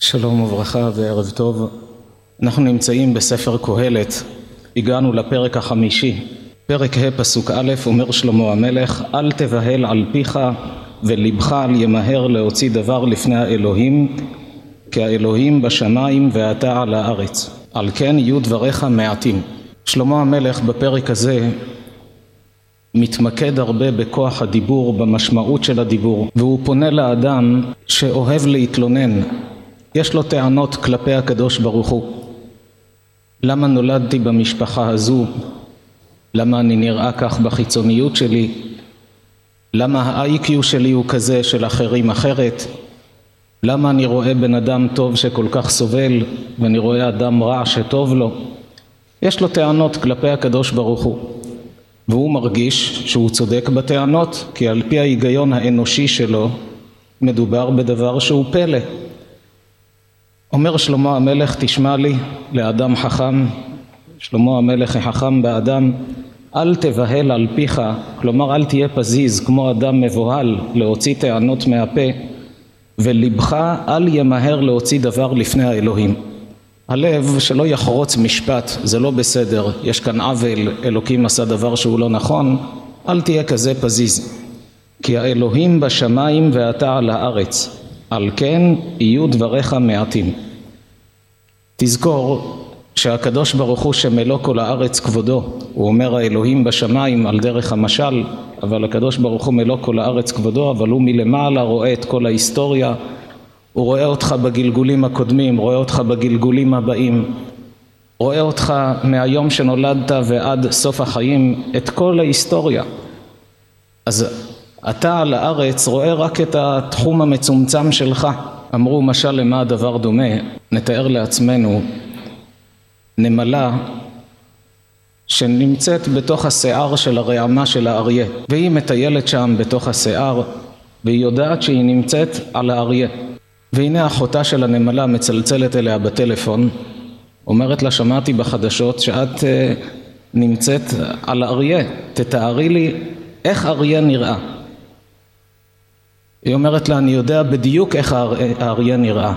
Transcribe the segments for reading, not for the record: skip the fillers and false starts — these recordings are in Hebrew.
שלום וברכה וערב טוב. אנחנו נמצאים בספר קהלת, הגענו לפרק החמישי. פרק ה' פסוק א', אומר שלמה המלך: אל תבהל על פיך ולבך אל ימהר להוציא דבר לפני האלוהים, כי האלוהים בשמיים ואתה על הארץ, על כן יהיו דבריך מעטים. שלמה המלך בפרק הזה מתמקד הרבה בכוח הדיבור, במשמעות של הדיבור, והוא פונה לאדם שאוהב להתלונן, יש לו טענות כלפי הקדוש ברוך הוא. למה נולדתי במשפחה הזו? למה אני נראה כך בחיצוניות שלי? למה ה-IQ שלי הוא כזה, של אחרים אחרת? למה אני רואה בן אדם טוב שכל כך סובל ואני רואה אדם רע שטוב לו? יש לו טענות כלפי הקדוש ברוך הוא, והוא מרגיש שהוא צודק בטענות, כי על פי ההיגיון האנושי שלו מדובר בדבר שהוא פלא. אומר שלמה המלך: תשמע לי, לאדם חכם, שלמה המלך החכם באדם, אל תבהל על פיך, כלומר אל תהיה פזיז כמו אדם מבוהל להוציא טענות מהפה, ולבך אל ימהר להוציא דבר לפני האלוהים. הלב שלא יחרוץ משפט, זה לא בסדר, יש כאן עוול, אלוקים עשה דבר שהוא לא נכון, אל תהיה כזה פזיז, כי האלוהים בשמיים ואתה על הארץ, על כן יהיו דבריך מעטים. תזכור שהקדוש ברוך הוא שמלוא כל הארץ כבודו, הוא אומר האלוהים בשמיים על דרך המשל, אבל הקדוש ברוך הוא מלוא כל הארץ כבודו, אבל הוא מלמעלה רואה את כל ההיסטוריה, הוא רואה אותך בגלגולים הקודמים, רואה אותך בגלגולים הבאים, רואה אותך מהיום שנולדת ועד סוף החיים, את כל ההיסטוריה. אז אתה על הארץ רואה רק את התחום המצומצם שלך. אמרו משל למה הדבר דומה, נתאר לעצמנו נמלה שנמצאת בתוך השיער של הרעמה של האריה, והיא מטיילת שם בתוך השיער והיא יודעת שהיא נמצאת על האריה, והנה אחותה של הנמלה מצלצלת אליה בטלפון, אומרת לה: שמעתי בחדשות שאת נמצאת על האריה, תתארי לי איך אריה נראה. היא אומרת לה: אני יודע בדיוק איך האריה נראה.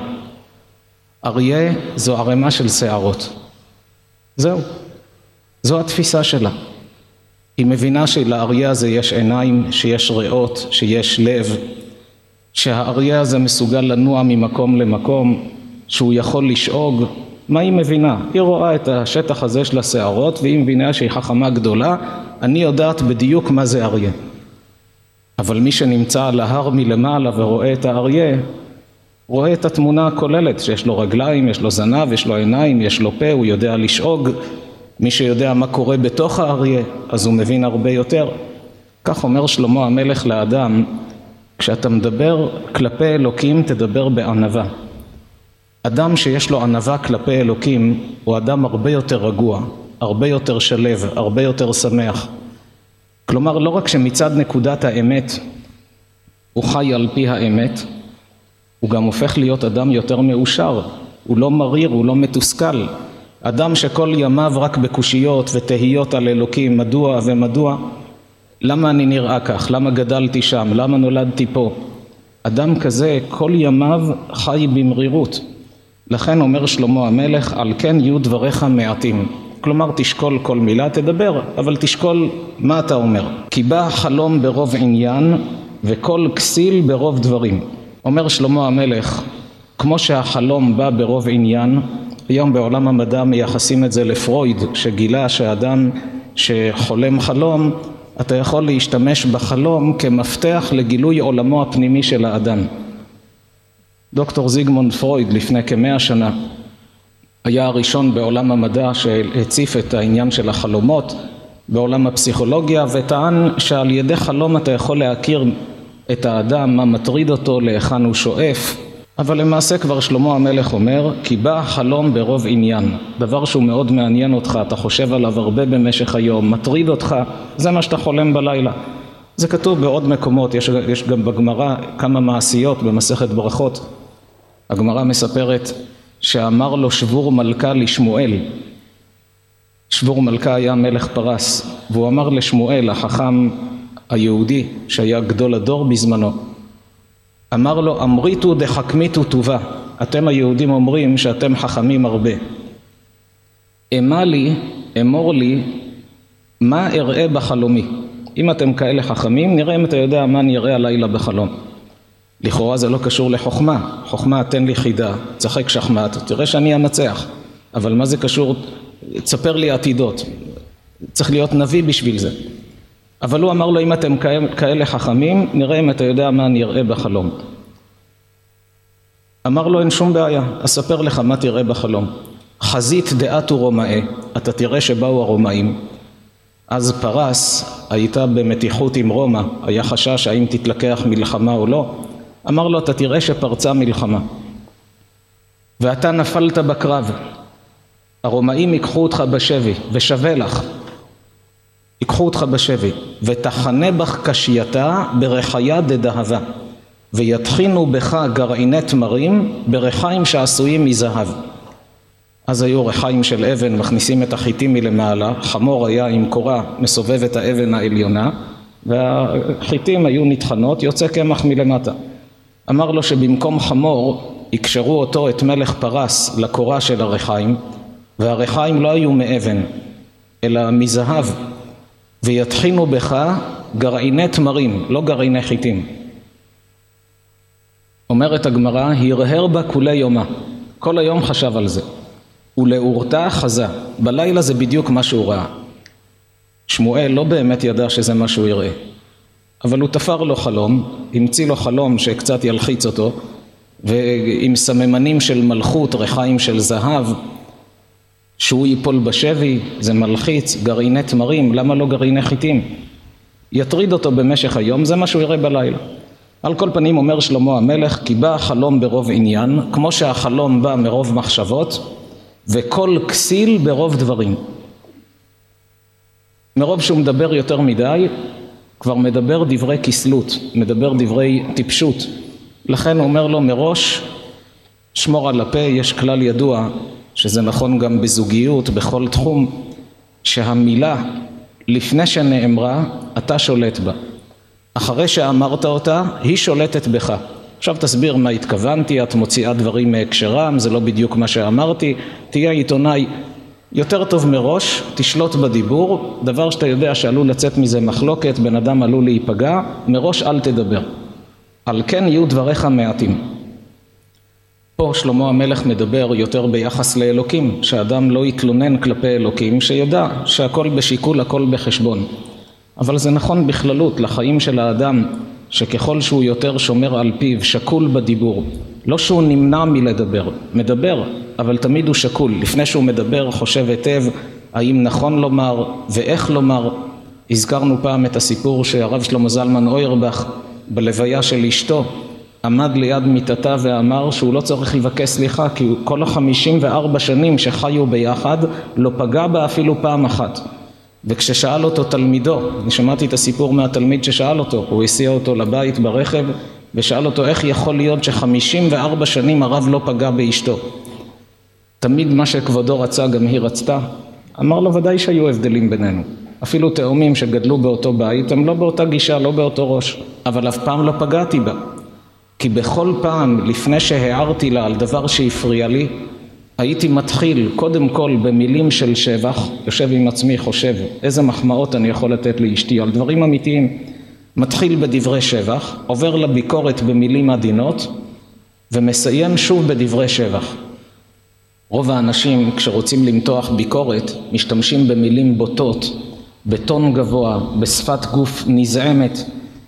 אריה זו ערימה של שערות. זהו, זו התפיסה שלה. היא מבינה שלאריה הזה יש עיניים, שיש ריאות, שיש לב, שהאריה הזה מסוגל לנוע ממקום למקום, שהוא יכול לשאוג. מה היא מבינה? היא רואה את השטח הזה של השערות, והיא מבינה שהיא חכמה גדולה. אני יודעת בדיוק מה זה אריה. אבל מי שנמצא על ההר מלמעלה ורואה את האריה, רואה את התמונה הכוללת, שיש לו רגליים, יש לו זנב, יש לו עיניים, יש לו פה, הוא יודע לשאוג. מי שיודע מה קורה בתוך האריה, אז הוא מבין הרבה יותר. כך אומר שלמה המלך לאדם: כשאתה מדבר כלפי אלוקים, תדבר בענווה. אדם שיש לו ענווה כלפי אלוקים, הוא אדם הרבה יותר רגוע, הרבה יותר שלב, הרבה יותר שמח. כלומר, לא רק שמצד נקודת האמת הוא חי על פי האמת, הוא גם הופך להיות אדם יותר מאושר, הוא לא מריר, הוא לא מתוסכל. אדם שכל ימיו רק בקושיות ותהיות על אלוקים, מדוע ומדוע, למה אני נראה כך, למה גדלתי שם, למה נולדתי פה. אדם כזה כל ימיו חי במרירות. לכן אומר שלמה המלך: על כן יהיו דבריך מעטים. כלומר, תשקול כל מילה, תדבר, אבל תשקול מה אתה אומר. כי בא חלום ברוב עניין וכל כסיל ברוב דברים. אומר שלמה המלך, כמו שהחלום בא ברוב עניין, היום בעולם המדע מייחסים את זה לפרויד, שגילה שהאדם שחולם חלום, אתה יכול להשתמש בחלום כמפתח לגילוי עולמו הפנימי של האדם. דוקטור זיגמונד פרויד לפני כ100 שנה היה הראשון בעולם המדע שהציף את העניין של החלומות בעולם הפסיכולוגיה, וטען שעל ידי חלום אתה יכול להכיר את האדם, מה מטריד אותו, להיכן הוא שואף. אבל למעשה כבר שלמה המלך אומר: כי בא חלום ברוב עניין. דבר שהוא מאוד מעניין אותך, אתה חושב עליו הרבה במשך היום, מטריד אותך, זה מה שאתה חולם בלילה. זה כתוב בעוד מקומות, יש גם בגמרא כמה מעשיות במסכת ברכות. הגמרא מספרת שאמר לו שבור מלכה לשמואל. שבור מלכה היה מלך פרס, והוא אמר לשמואל החכם היהודי שהיה גדול הדור בזמנו, אמר לו: אמריתו דחכמיתו טובה, אתם היהודים אומרים שאתם חכמים הרבה. אמור לי, מה אראה בחלומי? אם אתם כאלה חכמים, נראה אם אתה יודע מה אני אראה הלילה בחלום. לכאורה זה לא קשור לחוכמה. חוכמה, תן לי חידה, צחק שחמט, תראה שאני אנצח. אבל מה זה קשור? תספר לי עתידות. צריך להיות נביא בשביל זה. אבל הוא אמר לו, אם אתם כאלה חכמים, נראה אם אתה יודע מה אני אראה בחלום. אמר לו, אין שום בעיה, אספר לך מה תראה בחלום. חזית דעתו רומאי, אתה תראה שבאו הרומאים. אז פרס הייתה במתיחות עם רומא, היה חשש האם תתלקח מלחמה או לא. אמר לו, אתה תראה שפרצה מלחמה. ואתה נפלת בקרב. הרומאים ייקחו אותך בשבי, ושווה לך. ייקחו אותך בשבי, ותחנה בך קשייתה ברחיה דדהבה, ויתחינו בך גרעיני תמרים ברחיים שעשויים מזהב. אז היו רחיים של אבן, מכניסים את החיטים מלמעלה, חמור היה עם קורה מסובב את האבן העליונה, והחיטים היו נטחנות, יוצא קמח מלמטה. אמר לו שבמקום חמור יקשרו אותו, את מלך פרס, לקורה של הרחיים, והרחיים לא היו מאבן אלא מזהב, ויתחינו בך גרעיני תמרים, לא גרעיני חיטים. אומרת הגמרא, הרהר בה כולי יומה, כל היום חשב על זה, ולאורתה חזה. בלילה זה בדיוק מה שהוא ראה. שמואל לא באמת ידע שזה מה שהוא יראה, אבל הוא תפר לו חלום, המציא לו חלום שקצת ילחיץ אותו, ועם סממנים של מלכות, רחיים של זהב, שהוא ייפול בשבי, זה מלחיץ, גרעיני תמרים, למה לא גרעיני חיטים? יטריד אותו במשך היום, זה מה שהוא יראה בלילה. על כל פנים אומר שלמה המלך, כי בא החלום ברוב עניין, כמו שהחלום בא מרוב מחשבות, וכל כסיל ברוב דברים. מרוב שהוא מדבר יותר מדי, כבר מדבר דברי כסלות, מדבר דברי טיפשות. לכן הוא אומר לו מראש, שמור על הפה. יש כלל ידוע, שזה נכון גם בזוגיות, בכל תחום, שהמילה לפני שנאמרה, אתה שולט בה. אחרי שאמרת אותה, היא שולטת בך. עכשיו תסביר מה התכוונתי, את מוציאה דברים מהקשרם, זה לא בדיוק מה שאמרתי, תהיה עיתונאי יותר טוב מראש, תשלוט בדיבור, דבר שאתה יודע שעלול לצאת מזה מחלוקת, בן אדם עלול להיפגע, מראש אל תדבר. על כן יהיו דבריך מעטים. פה שלמה המלך מדבר יותר ביחס לאלוקים, שאדם לא יתלונן כלפי אלוקים, שידע שהכל בשיקול, הכל בחשבון. אבל זה נכון בכללות לחיים של האדם, שככל שהוא יותר שומר על פיו, שקול בדיבור. לא שהוא נמנע מלדבר, מדבר, אבל תמיד הוא שקול. לפני שהוא מדבר חושב היטב האם נכון לומר ואיך לומר. הזכרנו פעם את הסיפור שהרב שלמה זלמן אוירבך בלוויה של אשתו עמד ליד מיטתה ואמר שהוא לא צריך לבקש סליחה, כי כל 54 שנים שחיו ביחד לא פגע בה אפילו פעם אחת. וכששאל אותו תלמידו, אני שמעתי את הסיפור מהתלמיד ששאל אותו, הוא הסיע אותו לבית ברכב ושאל אותו איך יכול להיות ש54 שנים הרב לא פגע באשתו. תמיד מה שכבודו רצה גם היא רצתה. אמר לו, ודאי שהיו הבדלים בינינו. אפילו תאומים שגדלו באותו בית הם לא באותה גישה, לא באותו ראש, אבל אף פעם לא פגעתי בה. כי בכל פעם לפני שהערתי לה על דבר שהפריע לי, הייתי מתחיל קודם כל במילים של שבח, יושב עם עצמי חושב איזה מחמאות אני יכול לתת לאשתי על דברים אמיתיים, מתחיל בדברי שבח, עובר לביקורת במילים עדינות ומסיים שוב בדברי שבח. רוב האנשים כשרוצים למתוח ביקורת משתמשים במילים בוטות, בטון גבוה, בשפת גוף נזעמת.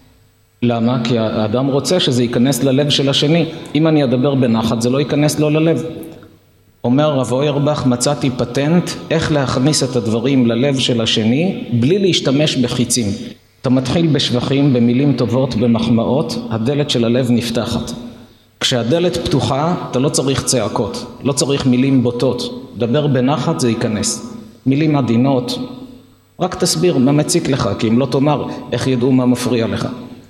למה? כי האדם רוצה שזה ייכנס ללב של השני. אם אני אדבר בנחת זה לא ייכנס לו ללב. אומר רב אוירבך, מצאתי פטנט איך להכניס את הדברים ללב של השני בלי להשתמש בחיצים. אתה מתחיל בשבחים, במילים טובות, במחמאות, הדלת של הלב נפתחת. כשהדלת פתוחה אתה לא צריך צעקות, לא צריך מילים בוטות, דבר בנחת זה ייכנס. מילים עדינות, רק תסביר מה מציק לך, כי אם לא תאמר איך ידעו מה מפריע לך.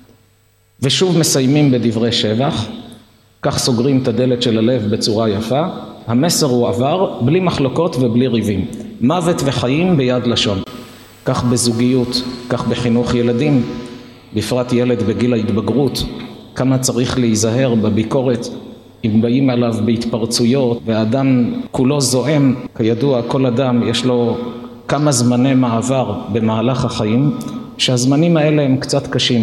ושוב מסיימים בדברי שבח, כך סוגרים את הדלת של הלב בצורה יפה. המסר הוא עבר בלי מחלוקות ובלי ריבים. מוות וחיים ביד לשון. כך בזוגיות, כך בחינוך ילדים, בפרט ילד בגיל ההתבגרות, כמה צריך להיזהר בביקורת. אם באים עליו בהתפרצויות והאדם כולו זועם, כידוע כל אדם יש לו כמה זמני מעבר במהלך החיים, שהזמנים האלה הם קצת קשים.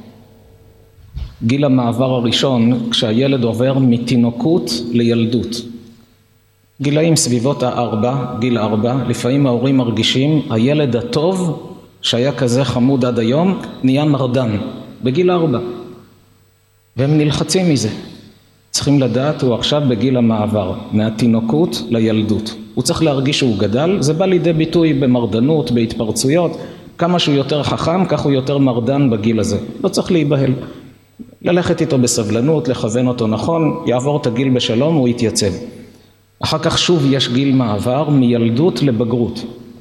גיל המעבר הראשון, כשהילד עובר מתינוקות לילדות. גילאים סביבות גיל 4, לפעמים ההורים מרגישים, הילד הטוב שהיה כזה חמוד עד היום, נהיה מרדן, בגיל 4. והם נלחצים מזה. צריכים לדעת, הוא עכשיו בגיל המעבר, מהתינוקות לילדות. הוא צריך להרגיש שהוא גדל, זה בא לידי ביטוי במרדנות, בהתפרצויות. כמה שהוא יותר חכם, כך הוא יותר מרדן בגיל הזה. לא צריך להיבהל. ללכת איתו בסבלנות, לכוון אותו נכון, יעבור את הגיל בשלום, הוא יתייצב. אחר כך שוב יש גיל מעבר מילדות לבגרות.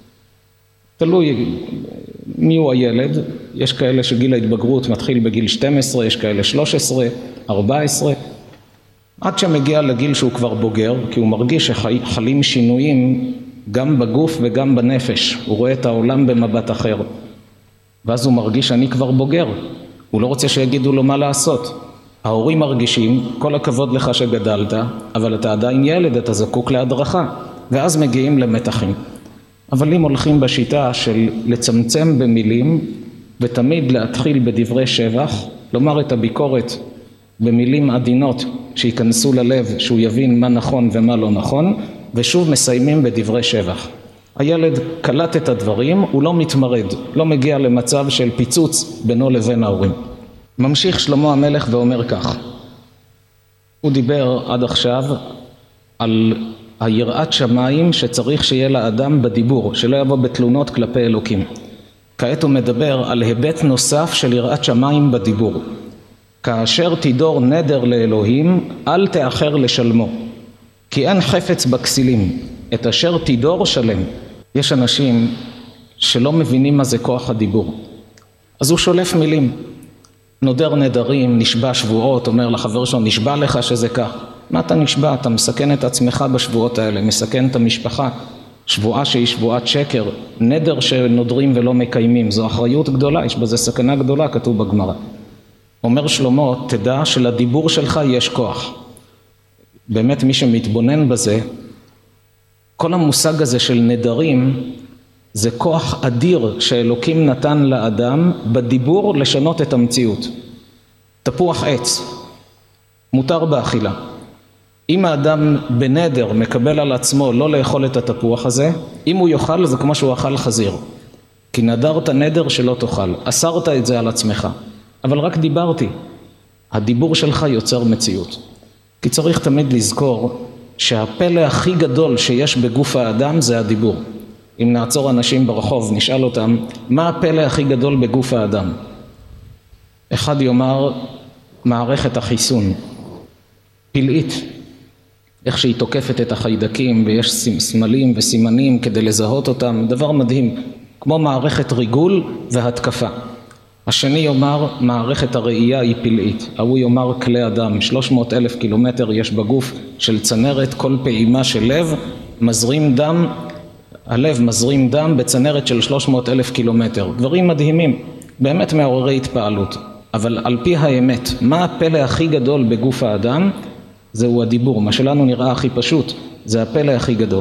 תלוי מי הוא הילד, יש כאלה שגיל ההתבגרות מתחיל בגיל 12, יש כאלה 13, 14, עד שמגיע לגיל שהוא כבר בוגר, כי הוא מרגיש שחלים שינויים גם בגוף וגם בנפש, הוא רואה את העולם במבט אחר, ואז הוא מרגיש שאני כבר בוגר, הוא לא רוצה שיגידו לו מה לעשות. ההורים מרגישים, כל הכבוד לך שגדלת, אבל אתה עדיין ילד, אתה זקוק להדרכה, ואז מגיעים למתחים. אבל אם הולכים בשיטה של לצמצם במילים, ותמיד להתחיל בדברי שבח, לומר את הביקורת במילים עדינות שיכנסו ללב, שהוא יבין מה נכון ומה לא נכון, ושוב מסיימים בדברי שבח. הילד קלט את הדברים, הוא לא מתמרד, לא מגיע למצב של פיצוץ בינו לבין ההורים. ממשיך שלמה המלך ואומר כך, הוא דיבר עד עכשיו על היראת שמיים שצריך שיהיה לאדם בדיבור, שלא יבוא בתלונות כלפי אלוקים. כעת הוא מדבר על היבט נוסף של יראת שמיים בדיבור. כאשר תידור נדר לאלוהים, אל תאחר לשלמו, כי אין חפץ בכסילים, את אשר תידור שלם. יש אנשים שלא מבינים מה זה כוח הדיבור, אז הוא שולף מילים, נודר נדרים, נשבע שבועות, אומר לחבר שלו, נשבע לך שזה כך. מה אתה נשבע? אתה מסכן את עצמך בשבועות האלה, מסכן את המשפחה. שבועה שהיא שבועת שקר, נדר שנודרים ולא מקיימים, זו אחריות גדולה, יש בזה סכנה גדולה, כתוב בגמרא. אומר שלמה, תדע שלדיבור שלך יש כוח. באמת מי שמתבונן בזה, כל המושג הזה של נדרים, זה כוח אדיר שאלוקים נתן לאדם בדיבור לשנות את המציאות. תפוח עץ, מותר באכילה. אם האדם בנדר מקבל על עצמו לא לאכול את התפוח הזה, אם הוא יאכל זה כמו שהוא אכל חזיר. כי נדרת נדר שלא תאכל, אסרת את זה על עצמך. אבל רק דיברתי. הדיבור שלך יוצר מציאות. כי צריך תמיד לזכור שהפלא הכי גדול שיש בגוף האדם זה הדיבור. אם נעצור אנשים ברחוב, נשאל אותם, מה הפלא הכי גדול בגוף האדם? אחד יאמר, מערכת החיסון, פלאית, איך שהיא תוקפת את החיידקים, ויש סמלים וסימנים כדי לזהות אותם, דבר מדהים, כמו מערכת ריגול והתקפה. השני יאמר, מערכת הראייה היא פלאית, ההוא יאמר כלי אדם, 300,000 קילומטר יש בגוף של צנרת, כל פעימה של לב, מזרים דם, הלב מזרים דם בצנרת של 300,000 קילומטר. דברים מדהימים, באמת מעוררי התפעלות. אבל על פי האמת, מה הפלא הכי גדול בגוף האדם? זהו הדיבור. מה שלנו נראה הכי פשוט, זה הפלא הכי גדול.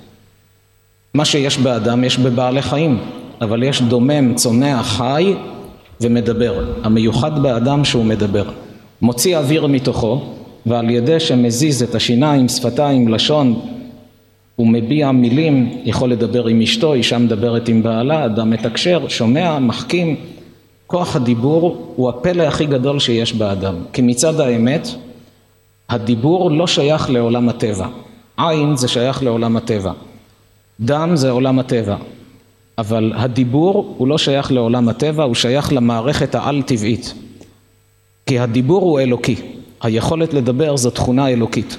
מה שיש באדם יש בבעלי חיים, אבל יש דומם, צומח, חי ומדבר. המיוחד באדם שהוא מדבר. מוציא אוויר מתוכו, ועל ידי שמזיז את השיניים, שפתיים, לשון, הוא מביע מילים, יכול לדבר עם אשתו, אישה מדברת עם בעלה, אדם מתקשר, שומע, מחכים. כוח הדיבור הוא הפלא הכי גדול שיש באדם. כי מצד האמת, הדיבור לא שייך לעולם הטבע. עין זה שייך לעולם הטבע. דם זה עולם הטבע. אבל הדיבור הוא לא שייך לעולם הטבע, הוא שייך למערכת העל-טבעית. כי הדיבור הוא אלוקי. היכולת לדבר זו תכונה אלוקית.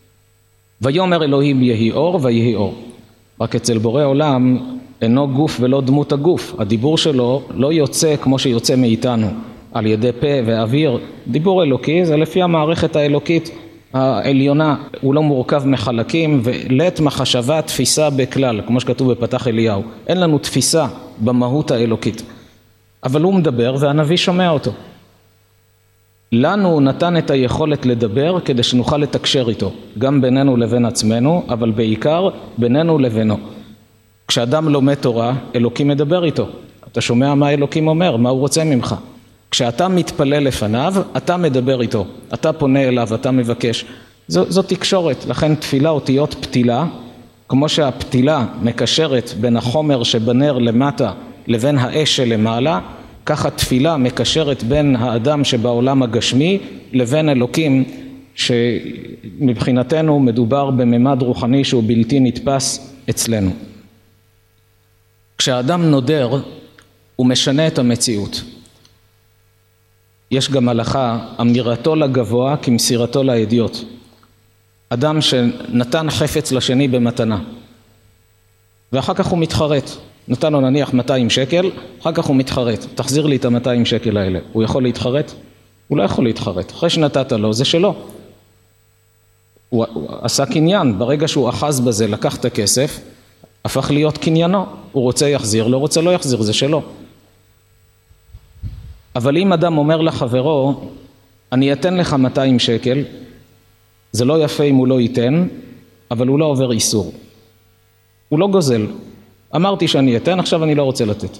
ויאמר אלוהים יהי אור ויהי אור. רק אצל בורא עולם אינו גוף ולא דמות הגוף. הדיבור שלו לא יוצא כמו שיוצא מאיתנו, על ידי פה ואוויר. דיבור אלוקי זה לפי המערכת האלוקית העליונה, הוא לא מורכב מחלקים, ולית מחשבה תפיסה בכלל, כמו שכתוב בפתח אליהו. אין לנו תפיסה במהות האלוקית. אבל הוא מדבר והנביא שומע אותו. לנו הוא נתן את היכולת לדבר כדי שנוכל לתקשר איתו, גם בינינו לבין עצמנו, אבל בעיקר בינינו לבינו. כשאדם לומד תורה, אלוקים מדבר איתו. אתה שומע מה אלוקים אומר, מה הוא רוצה ממך. כשאתה מתפלל לפניו, אתה מדבר איתו, אתה פונה אליו, אתה מבקש. זו תקשורת, לכן תפילה אותיות פתילה, כמו שהפתילה מקשרת בין החומר שבנר למטה לבין האש שלמעלה, ככה תפילה מקשרת בין האדם שבעולם הגשמי לבין אלוקים, שמבחינתנו מדובר בממד רוחני שהוא בלתי נתפס אצלנו. כשאדם נודר הוא משנה את המציאות. יש גם הלכה, אמירתו לגבוה כמסירתו לידיעות. אדם שנתן חפץ לשני במתנה ואחר כך הוא מתחרט, נתן לו נניח 200 שקל, אחר כך הוא מתחרט, תחזיר לי את ה-200 שקל האלה. הוא יכול להתחרט? הוא לא יכול להתחרט, אחרי שנתת לו זה שלו. הוא עשה קניין, ברגע שהוא אחז בזה, לקח את הכסף, הפך להיות קניינו, הוא רוצה יחזיר, לא רוצה לא יחזיר, זה שלו. אבל אם אדם אומר לחברו, אני אתן לך 200 שקל, זה לא יפה אם הוא לא ייתן, אבל הוא לא עובר איסור. הוא לא גוזל. אמרתי שאני אתן, עכשיו אני לא רוצה לתת.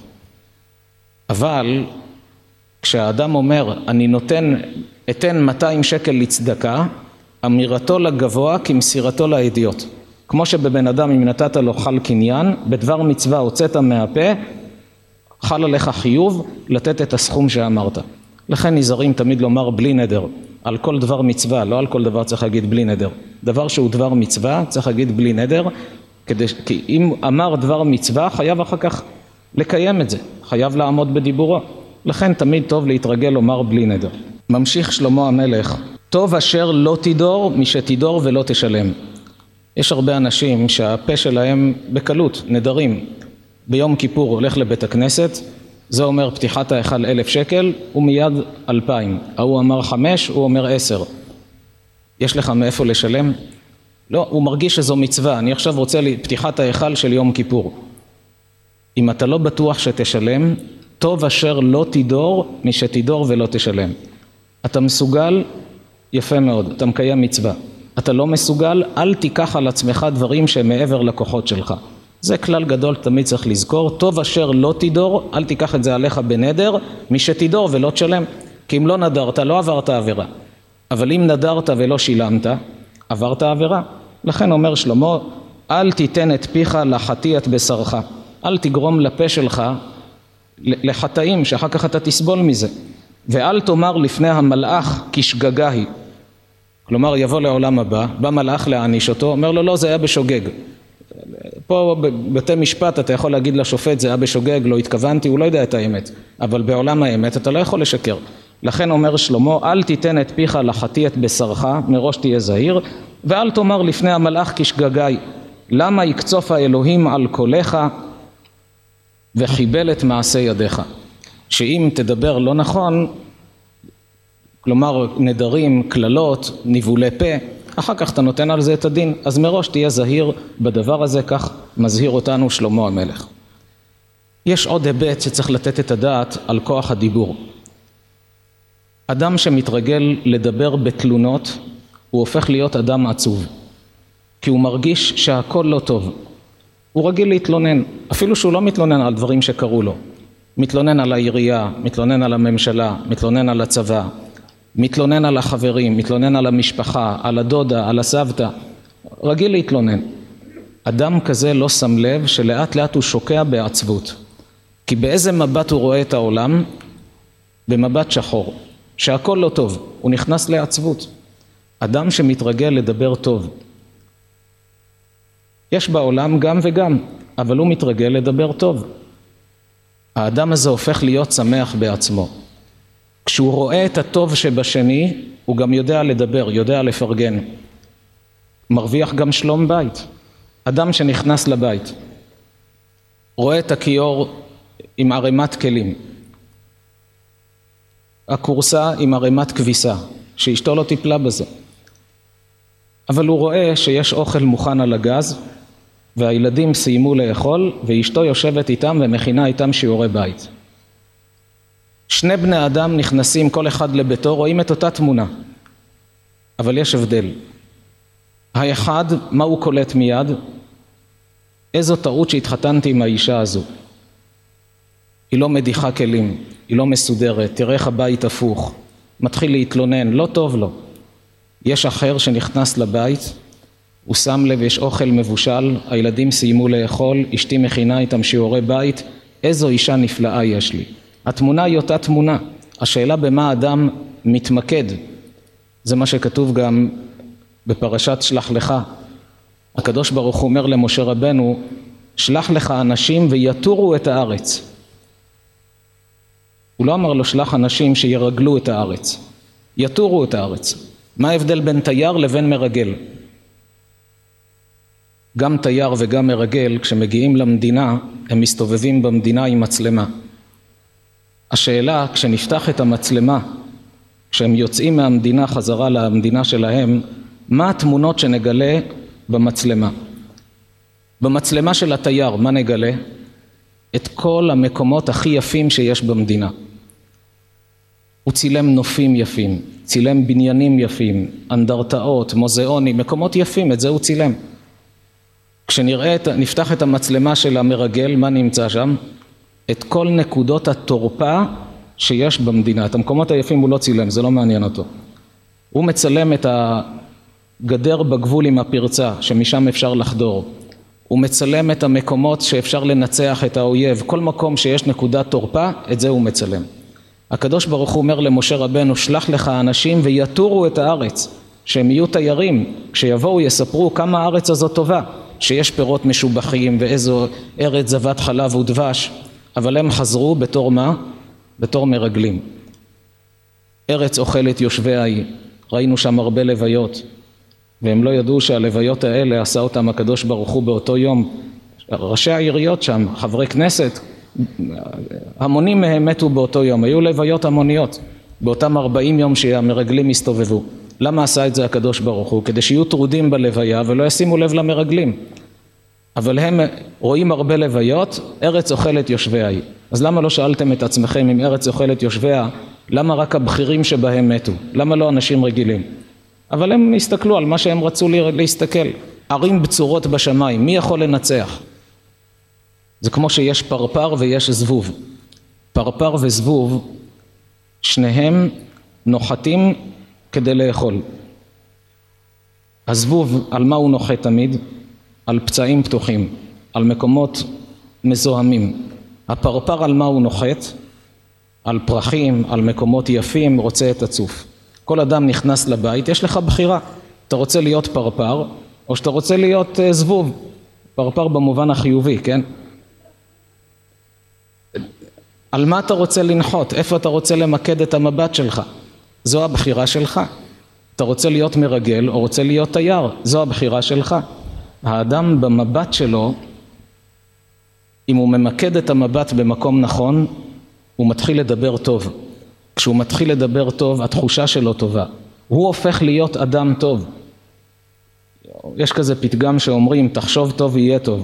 אבל כשהאדם אומר, אני אתן 200 שקל לצדקה, אמירתו לגבוה כמסירתו לידיעות. כמו שבבן אדם אם נתת לו חל קניין, בדבר מצווה הוצאת מהפה, חל עליך חיוב לתת את הסכום שאמרת. לכן נזהרים תמיד לומר בלי נדר. על כל דבר מצווה, לא על כל דבר צריך להגיד בלי נדר. דבר שהוא דבר מצווה צריך להגיד בלי נדר, כי אם אמר דבר מצווה חייב אחר כך לקיים את זה, חייב לעמוד בדיבורו. לכן תמיד טוב להתרגל לומר בלי נדר. ממשיך שלמה המלך, טוב אשר לא תדור משתדור ולא תשלם. יש הרבה אנשים שהפה שלהם בקלות, נדרים. ביום כיפור הולך לבית הכנסת, זה אומר פתיחת ההיכל 1,000 שקל, הוא מיד 2,000. הוא אמר 5, הוא אומר 10. יש לך מאיפה לשלם? לא, הוא מרגיש שזו מצווה, אני עכשיו רוצה פתיחת ההיכל של יום כיפור. אם אתה לא בטוח שתשלם, טוב אשר לא תדור משתדור ולא תשלם. אתה מסוגל, יפה מאוד, אתה מקיים מצווה. אתה לא מסוגל, אל תיקח על עצמך דברים שהם מעבר לכוחות שלך. זה כלל גדול, תמיד צריך לזכור, טוב אשר לא תדור, אל תיקח את זה עליך בנדר, משתדור ולא תשלם. כי אם לא נדרת, לא עברת עבירה. אבל אם נדרת ולא שילמת, עברת עבירה. לכן אומר שלמה, אל תיתן את פיך לחטיא את בשרך. אל תגרום לפה שלך לחטאים, שאחר כך אתה תסבול מזה. ואל תאמר לפני המלאך כשגגה היא. כלומר יבוא לעולם הבא, בא מלאך להעניש אותו, אומר לו לא, זה היה בשוגג. פה בבתי משפט אתה יכול להגיד לשופט זה היה בשוגג, לא התכוונתי, הוא לא יודע את האמת. אבל בעולם האמת אתה לא יכול לשקר. לכן אומר שלמה, אל תיתן את פיך לחטיא את בשרך, מראש תהיה זהיר, ואל תאמר לפני המלאך כשגגה היא. למה יקצוף האלוהים על קולך וחיבל את מעשה ידיך? שאם תדבר לא נכון, כלומר נדרים, כללות, ניבולי פה, אחר כך אתה נותן על זה את הדין, אז מראש תהיה זהיר בדבר הזה, כך מזהיר אותנו שלמה המלך. יש עוד היבט שצריך לתת את הדעת על כוח הדיבור. אדם שמתרגל לדבר בתלונות, הוא הופך להיות אדם עצוב, כי הוא מרגיש שהכל לא טוב. הוא רגיל להתלונן, אפילו שהוא לא מתלונן על דברים שקרו לו. מתלונן על העירייה, מתלונן על הממשלה, מתלונן על הצבא, מתלונן על החברים, מתלונן על המשפחה, על הדודה, על הסבתא. רגיל להתלונן. אדם כזה לא שם לב שלאט לאט הוא שוקע בעצבות. כי באיזה מבט הוא רואה את העולם? במבט שחור. שהכל לא טוב, הוא נכנס לעצבות. אדם שמתרגל לדבר טוב. יש בעולם גם וגם, אבל הוא מתרגל לדבר טוב. האדם הזה הופך להיות שמח בעצמו. כשהוא רואה את הטוב שבשני, הוא גם יודע לדבר, יודע לפרגן. מרוויח גם שלום בית. אדם שנכנס לבית, רואה את הכיור עם ערימת כלים. הקורסה עם ערימת כביסה, שאשתו לא טיפלה בזה. אבל הוא רואה שיש אוכל מוכן על הגז, והילדים סיימו לאכול, ואשתו יושבת איתם ומכינה איתם שיעורי בית. שני בני אדם נכנסים כל אחד לביתו, רואים את אותה תמונה, אבל יש הבדל. האחד, מה הוא קולט מיד? איזו טעות שהתחתנתי עם האישה הזו. היא לא מדיחה כלים, היא לא מסודרת, תראה איך הבית הפוך, מתחיל להתלונן, לא טוב לו. יש אחר שנכנס לבית, הוא שם לב, יש אוכל מבושל, הילדים סיימו לאכול, אשתי מכינה איתם שיעורי בית, איזו אישה נפלאה יש לי. התמונה היא אותה תמונה, השאלה במה האדם מתמקד, זה מה שכתוב גם בפרשת שלח לך. הקדוש ברוך הוא אומר למשה רבנו, שלח לך אנשים ויתורו את הארץ. הוא לא אמר לו שלח אנשים שירגלו את הארץ, יתורו את הארץ. מה ההבדל בין תייר לבין מרגל? גם תייר וגם מרגל, כשמגיעים למדינה, הם מסתובבים במדינה עם מצלמה. השאלה, כשנפתח את המצלמה, כשהם יוצאים מהמדינה חזרה למדינה שלהם, מה התמונות שנגלה במצלמה? במצלמה של התייר, מה נגלה? את כל המקומות הכי יפים שיש במדינה. הוא צילם נופים יפים, צילם בניינים יפים, אנדרטאות, מוזיאונים, מקומות יפים, את זה הוא צילם. כשנפתח את המצלמה של המרגל, מה נמצא שם? את כל נקודות התורפה שיש במדינה. את המקומות היפים הוא לא צילם, זה לא מעניין אותו. הוא מצלם את הגדר בגבול עם הפרצה, שמשם אפשר לחדור. הוא מצלם את המקומות שאפשר לנצח את האויב. כל מקום שיש נקודת תורפה, את זה הוא מצלם. הקדוש ברוך הוא אומר למשה רבנו, שלח לך אנשים ויתורו את הארץ, שהם יהיו תיירים. כשיבואו יספרו כמה הארץ הזאת טובה, שיש פירות משובחים ואיזו ארץ זבת חלב ודבש, אבל הם חזרו בתור מה? בתור מרגלים. ארץ אוכלת יושביה היא, ראינו שם הרבה לוויות, והם לא ידעו שהלוויות האלה עשה אותם הקדוש ברוך הוא באותו יום. ראשי העיריות שם, חברי כנסת, המונים מהם מתו באותו יום, היו לוויות המוניות, באותם 40 יום שהמרגלים הסתובבו. למה עשה את זה הקדוש ברוך הוא? כדי שיהיו טרודים בלוויה ולא ישימו לב למרגלים. אבל הם רואים הרבה לוויות, ארץ אוכלת יושביה היא. אז למה לא שאלתם את עצמכם אם ארץ אוכלת יושביה, למה רק הבכירים שבהם מתו? למה לא אנשים רגילים? אבל הם הסתכלו על מה שהם רצו להסתכל. ערים בצורות בשמיים, מי יכול לנצח? זה כמו שיש פרפר ויש זבוב. פרפר וזבוב, שניהם נוחתים כדי לאכול. הזבוב, על מה הוא נוחת תמיד? על פצעים פתוחים, על מקומות מזוהמים. הפרפר על מה הוא נוחת? על פרחים, על מקומות יפים, רוצה את הצוף. כל אדם נכנס לבית, יש לך בחירה. אתה רוצה להיות פרפר, או שאתה רוצה להיות זבוב. פרפר במובן החיובי, כן? על מה אתה רוצה לנחות? איפה אתה רוצה למקד את המבט שלך? זו הבחירה שלך. אתה רוצה להיות מרגל או רוצה להיות תייר? זו הבחירה שלך. האדם במבט שלו, אם הוא ממקד את המבט במקום נכון, הוא מתחיל לדבר טוב. כשהוא מתחיל לדבר טוב, התחושה שלו טובה. הוא הופך להיות אדם טוב. יש כזה פתגם שאומרים, תחשוב טוב יהיה טוב.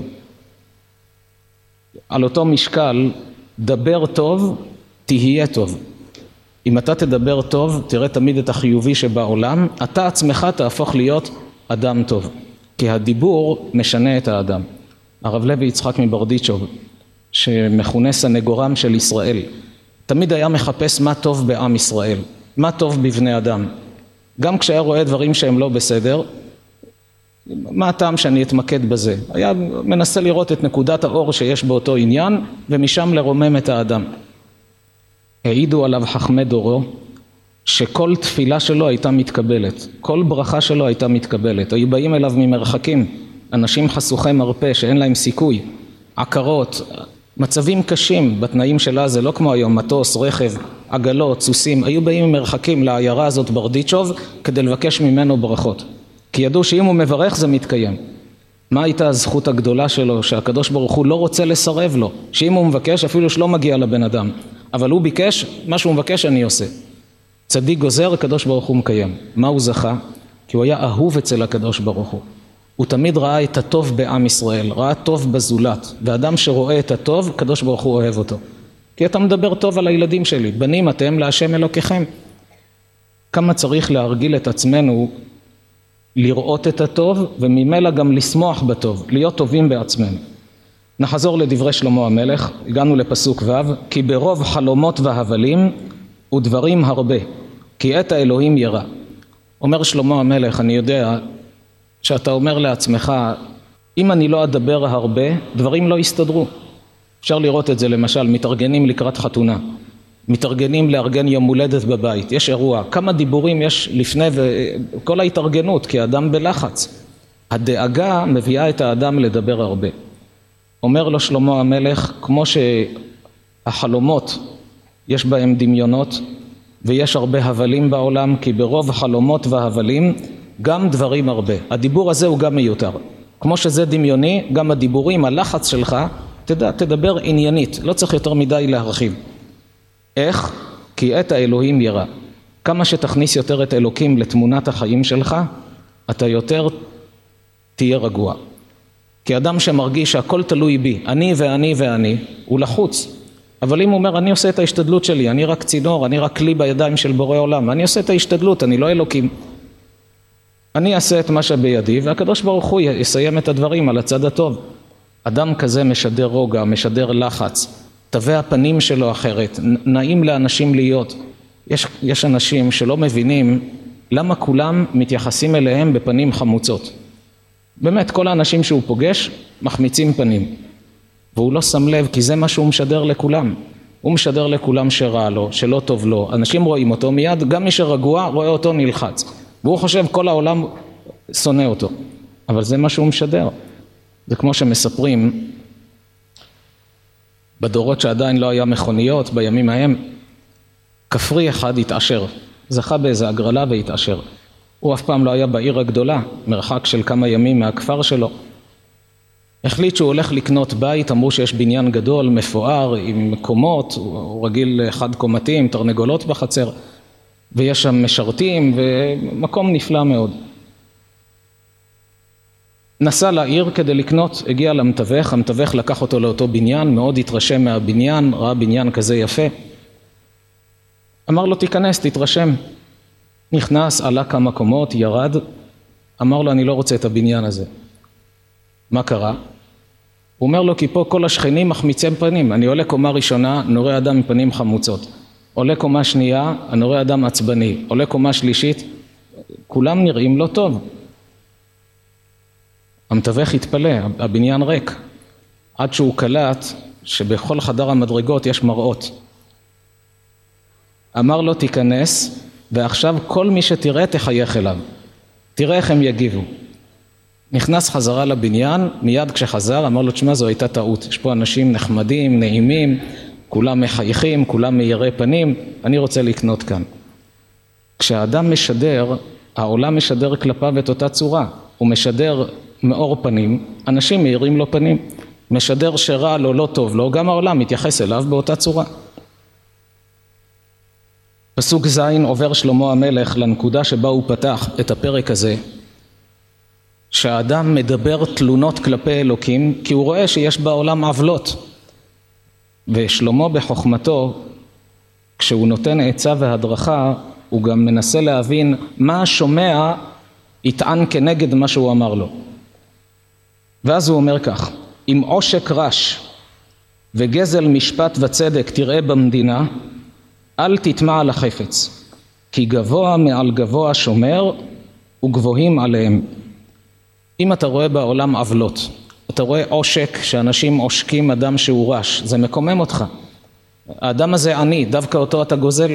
על אותו משקל, דבר טוב, תהיה טוב. אם אתה תדבר טוב, תראה תמיד את החיובי שבעולם, אתה עצמך תהפוך להיות אדם טוב. כי הדיבור משנה את האדם. הרב לוי יצחק מברדיצ'וב, שמכונה סנגורם של ישראל, תמיד היה מחפש מה טוב בעם ישראל, מה טוב בבני אדם. גם כשהיה רואה דברים שהם לא בסדר, מה הטעם שאני אתמקד בזה? היה מנסה לראות את נקודת האור שיש באותו עניין, ומשם לרומם את האדם. העידו עליו חכמי דורו, שכל תפילה שלו הייתה מתקבלת, כל ברכה שלו הייתה מתקבלת. היו באים אליו ממרחקים, אנשים חשוכי מרפא שאין להם סיכוי, עקרות, מצבים קשים בתנאים שלה, זה לא כמו היום, מטוס, רכב, עגלות, סוסים, היו באים ממרחקים לעיירה הזאת ברדיצ'וב כדי לבקש ממנו ברכות. כי ידעו שאם הוא מברך זה מתקיים. מה הייתה הזכות הגדולה שלו? שהקדוש ברוך הוא לא רוצה לסרב לו, שאם הוא מבקש אפילו שלא מגיע לבן אדם, אבל הוא ביקש, מה שהוא מבקש אני עושה. צדיק גוזר, הקדוש ברוך הוא מקיים. מה הוא זכה? כי הוא היה אהוב אצל הקדוש ברוך הוא. הוא תמיד ראה את הטוב בעם ישראל, ראה טוב בזולת, ואדם שרואה את הטוב, הקדוש ברוך הוא אוהב אותו. כי אתה מדבר טוב על הילדים שלי, בנים אתם להשם אלוקיכם. כמה צריך להרגיל את עצמנו לראות את הטוב וממילא גם לשמוח בטוב, להיות טובים בעצמנו. נחזור לדברי שלמה המלך, הגענו לפסוק ו', כי ברוב חלומות והבלים ודברים הרבה, כי את האלוהים ירא. אומר שלמה המלך, אני יודע שאתה אומר לעצמך, אם אני לא אדבר הרבה, דברים לא יסתדרו. אפשר לראות את זה למשל, מתארגנים לקראת חתונה, מתארגנים לארגן יום הולדת בבית, יש אירוע, כמה דיבורים יש לפני וכל ההתארגנות, כי האדם בלחץ. הדאגה מביאה את האדם לדבר הרבה. אומר לו שלמה המלך, כמו שהחלומות יש בהם דמיונות, ויש הרבה הבלים בעולם, כי ברוב חלומות והבלים גם דברים הרבה. הדיבור הזה הוא גם מיותר. כמו שזה דמיוני, גם הדיבורים, הלחץ שלך, תדבר עניינית, לא צריך יותר מדי להרחיב. איך? כי את האלוהים ירא. כמה שתכניס יותר את אלוקים לתמונת החיים שלך, אתה יותר תהיה רגוע. כי אדם שמרגיש שהכל תלוי בי, אני ואני ואני, הוא לחוץ. אבל אם הוא אומר, אני עושה את ההשתדלות שלי, אני רק צינור, אני רק כלי בידיים של בורא עולם, אני עושה את ההשתדלות, אני לא אלוקים. אני אעשה את מה שבידי, והקדוש ברוך הוא יסיים את הדברים על הצד הטוב. אדם כזה משדר רוגע, משדר לחץ, תווי הפנים שלו אחרת, נעים לאנשים להיות. יש אנשים שלא מבינים למה כולם מתייחסים אליהם בפנים חמוצות. באמת, כל האנשים שהוא פוגש מחמיצים פנים. והוא לא שם לב, כי זה מה שהוא משדר לכולם. הוא משדר לכולם שרע לו, שלא טוב לו. אנשים רואים אותו מיד, גם מי שרגוע רואה אותו נלחץ. והוא חושב כל העולם שונא אותו. אבל זה מה שהוא משדר. זה כמו שמספרים, בדורות שעדיין לא היה מכוניות, בימים ההם, כפרי אחד התעשר. זכה באיזה הגרלה והתעשר. הוא אף פעם לא היה בעיר הגדולה, מרחק של כמה ימים מהכפר שלו. החליט שהוא הולך לקנות בית, אמרו שיש בניין גדול, מפואר, עם מקומות, הוא רגיל חד קומתי, עם תרנגולות בחצר, ויש שם משרתים, ומקום נפלא מאוד. נסע לעיר כדי לקנות, הגיע למתווך, המתווך לקח אותו לאותו בניין, מאוד התרשם מהבניין, ראה בניין כזה יפה. אמר לו, תיכנס, תתרשם. נכנס, עלה כמה קומות, ירד, אמר לו, אני לא רוצה את הבניין הזה. מה קרה? הוא אומר לו, כי פה כל השכנים מחמיצים פנים. אני עולה קומה ראשונה, אני רואה אדם עם פנים חמוצות. עולה קומה שנייה, אני רואה אדם עצבני. עולה קומה שלישית, כולם נראים לא טוב. המתווך התפלא, הבניין ריק. עד שהוא קלט שבכל חדר המדרגות יש מראות. אמר לו, תיכנס, ועכשיו כל מי שתראה תחייך אליו. תראה איך הם יגיבו. נכנס חזרה לבניין, מיד כשחזר אמר לו, תשמע, זו הייתה טעות. יש פה אנשים נחמדים, נעימים, כולם מחייכים, כולם מאירי פנים, אני רוצה לקנות כאן. כשהאדם משדר, העולם משדר כלפיו את אותה צורה. הוא משדר מאור פנים, אנשים מאירים לו פנים. משדר שרע לו, לא טוב לו, גם העולם מתייחס אליו באותה צורה. פסוק ז' עובר שלמה המלך לנקודה שבה הוא פתח את הפרק הזה, שהאדם מדבר תלונות כלפי אלוקים, כי הוא רואה שיש בעולם עוולות. ושלמה בחוכמתו, כשהוא נותן עצה והדרכה, הוא גם מנסה להבין מה השומע יטען כנגד מה שהוא אמר לו. ואז הוא אומר כך, אם עושק רש וגזל משפט וצדק תראה במדינה, אל תטמע על החפץ, כי גבוה מעל גבוה שומר וגבוהים עליהם. אם אתה רואה בעולם עוולות, אתה רואה עושק, שאנשים עושקים אדם שהוא רש, זה מקומם אותך. האדם הזה עני, דווקא אותו אתה גוזל.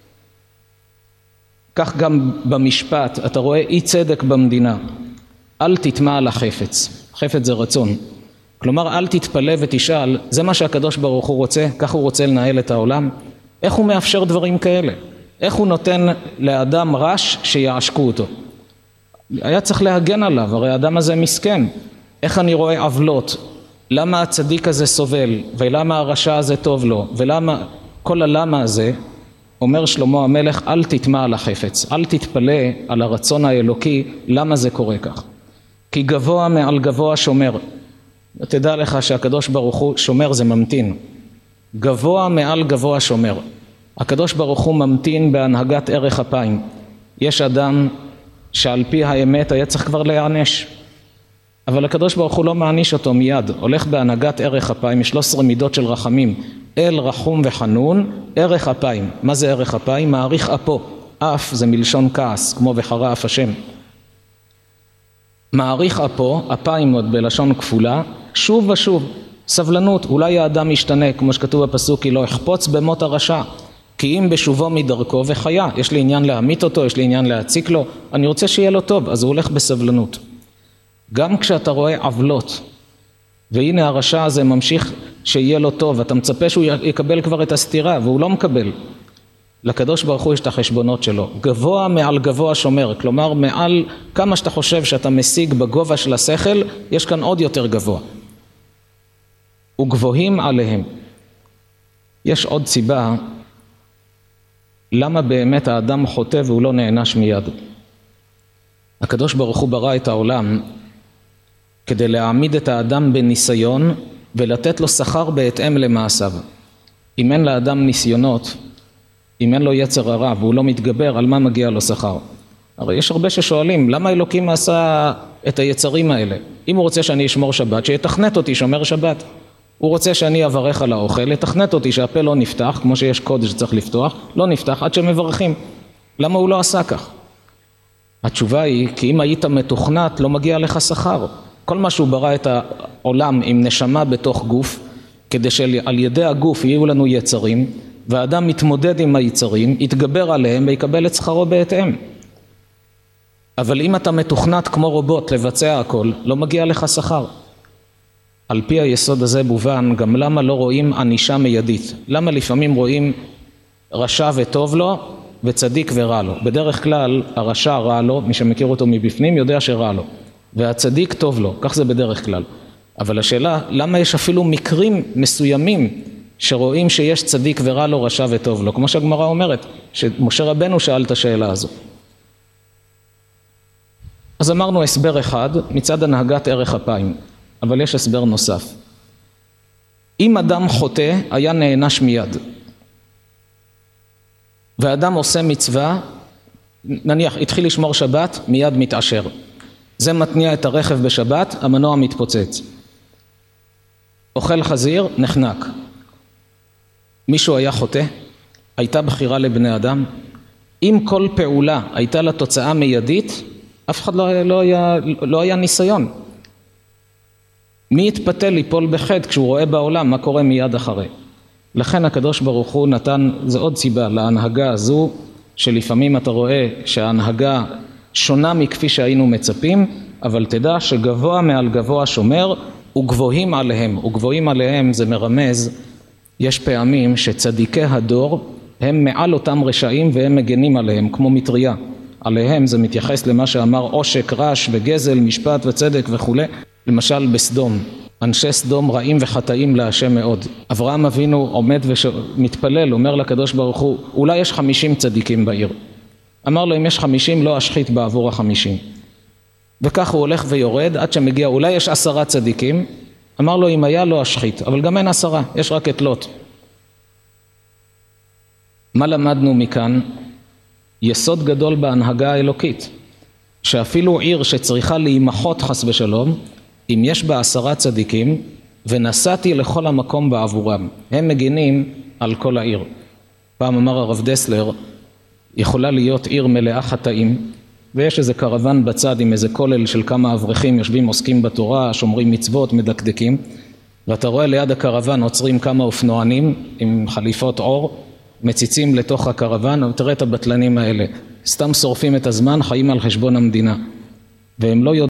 כך גם במשפט, אתה רואה אי צדק במדינה, אל תטמע על החפץ. חפץ זה רצון. כלומר, אל תתפלא ותשאל, זה מה שהקדוש ברוך הוא רוצה, כך הוא רוצה לנהל את העולם? איך הוא מאפשר דברים כאלה? איך הוא נותן לאדם רש שיעשקו אותו? היה צריך להגן עליו, הרי האדם הזה מסכן. איך אני רואה עוולות? למה הצדיק הזה סובל? ולמה הרשע הזה טוב לו? ולמה כל הלמה הזה? אומר שלמה המלך, אל תטמע על החפץ, אל תתפלא על הרצון האלוקי, למה זה קורה כך? כי גבוה מעל גבוה שומר. תדע לך שהקדוש ברוך הוא שומר, זה ממתין. גבוה מעל גבוה שומר. הקדוש ברוך הוא ממתין בהנהגת ערך אפיים. יש אדם שעל פי האמת היה צריך כבר להיענש, אבל הקדוש ברוך הוא לא מעניש אותו מיד, הולך בהנהגת ערך אפיים, 13 מידות של רחמים, אל רחום וחנון, ערך אפיים. מה זה ערך אפיים? מעריך אפו. אף זה מלשון כעס, כמו וחרה אף השם. מעריך אפו, אפיים עוד בלשון כפולה, שוב ושוב, סבלנות. אולי האדם ישתנה, כמו שכתוב בפסוק, כי לא יחפוץ במות הרשע, כי אם בשובו מדרכו וחיה. יש לי עניין להמית אותו, יש לי עניין להציק לו, אני רוצה שיהיה לו טוב, אז הוא הולך בסבלנות. גם כשאתה רואה עוולות, והנה הרשע הזה ממשיך שיהיה לו טוב, אתה מצפה שהוא יקבל כבר את הסתירה, והוא לא מקבל. לקדוש ברוך הוא יש את החשבונות שלו. גבוה מעל גבוה שומר, כלומר מעל כמה שאתה חושב שאתה משיג בגובה של השכל, יש כאן עוד יותר גבוה. וגבוהים עליהם. יש עוד סיבה למה באמת האדם חוטא והוא לא נענש מיד. הקדוש ברוך הוא ברא את העולם כדי להעמיד את האדם בניסיון ולתת לו שכר בהתאם למעשיו. אם אין לאדם ניסיונות, אם אין לו יצר הרע והוא לא מתגבר, על מה מגיע לו שכר? הרי יש הרבה ששואלים, למה אלוקים עשה את היצרים האלה? אם הוא רוצה שאני אשמור שבת, שיתכנת אותי שומר שבת. הוא רוצה שאני אברך על האוכל, יתכנת אותי שהפה לא נפתח, כמו שיש קודש שצריך לפתוח, לא נפתח עד שמברכים. למה הוא לא עשה כך? התשובה היא, כי אם היית מתוכנת, לא מגיע לך שכר. כל מה שהוא ברא את העולם עם נשמה בתוך גוף, כדי שעל ידי הגוף יהיו לנו יצרים, והאדם מתמודד עם היצרים, יתגבר עליהם ויקבל את שכרו בהתאם. אבל אם אתה מתוכנת כמו רובוט לבצע הכל, לא מגיע לך שכר. על פי היסוד הזה מובן גם למה לא רואים ענישה מיידית. למה לפעמים רואים רשע וטוב לו וצדיק ורע לו. בדרך כלל הרשע רע לו, מי שמכיר אותו מבפנים יודע שרע לו, והצדיק טוב לו, כך זה בדרך כלל. אבל השאלה, למה יש אפילו מקרים מסוימים שרואים שיש צדיק ורע לו, רשע וטוב לו, כמו שהגמרא אומרת, שמשה רבנו שאל את השאלה הזו. אז אמרנו הסבר אחד מצד הנהגת ערך אפיים, אבל יש הסבר נוסף. אם אדם חוטא היה נענש מיד, ואדם עושה מצווה, נניח התחיל לשמור שבת, מיד מתעשר. זה מתניע את הרכב בשבת, המנוע מתפוצץ. אוכל חזיר, נחנק. מישהו היה חוטא? הייתה בחירה לבני אדם? אם כל פעולה הייתה לה תוצאה מיידית, אף אחד לא היה ניסיון. מי יתפתה ליפול בחטא כשהוא רואה בעולם מה קורה מיד אחרי? לכן הקדוש ברוך הוא נתן, זה עוד סיבה להנהגה הזו, שלפעמים אתה רואה שההנהגה שונה מכפי שהיינו מצפים, אבל תדע שגבוה מעל גבוה שומר וגבוהים עליהם. וגבוהים עליהם זה מרמז, יש פעמים שצדיקי הדור הם מעל אותם רשעים והם מגנים עליהם כמו מטריה. עליהם זה מתייחס למה שאמר עושק, רש וגזל, משפט וצדק וכו'. למשל בסדום, אנשי סדום רעים וחטאים להשם מאוד. אברהם אבינו עומד ומתפלל, אומר לקדוש ברוך הוא, אולי יש 50 צדיקים בעיר. אמר לו, אם יש 50 לא אשחית בעבור ה50. וכך הוא הולך ויורד עד שמגיע, אולי יש 10 צדיקים. אמר לו, אם היה לא אשחית, אבל גם אין 10, יש רק את לוט. מה למדנו מכאן? יסוד גדול בהנהגה האלוקית, שאפילו עיר שצריכה להימחות חס ושלום, אם יש בה 10 צדיקים, ונסעתי לכל המקום בעבורם, הם מגינים על כל העיר. פעם אמר הרב דסלר, יכולה להיות עיר מלאה חטאים, ויש איזה קרוון בצד עם איזה כולל של כמה אברכים, יושבים עוסקים בתורה, שומרים מצוות, מדקדקים, ואתה רואה ליד הקרוון עוצרים כמה אופנוענים עם חליפות אור, מציצים לתוך הקרוון, ותראה את הבטלנים האלה, סתם שורפים את הזמן, חיים על חשבון המדינה, והם לא יודעים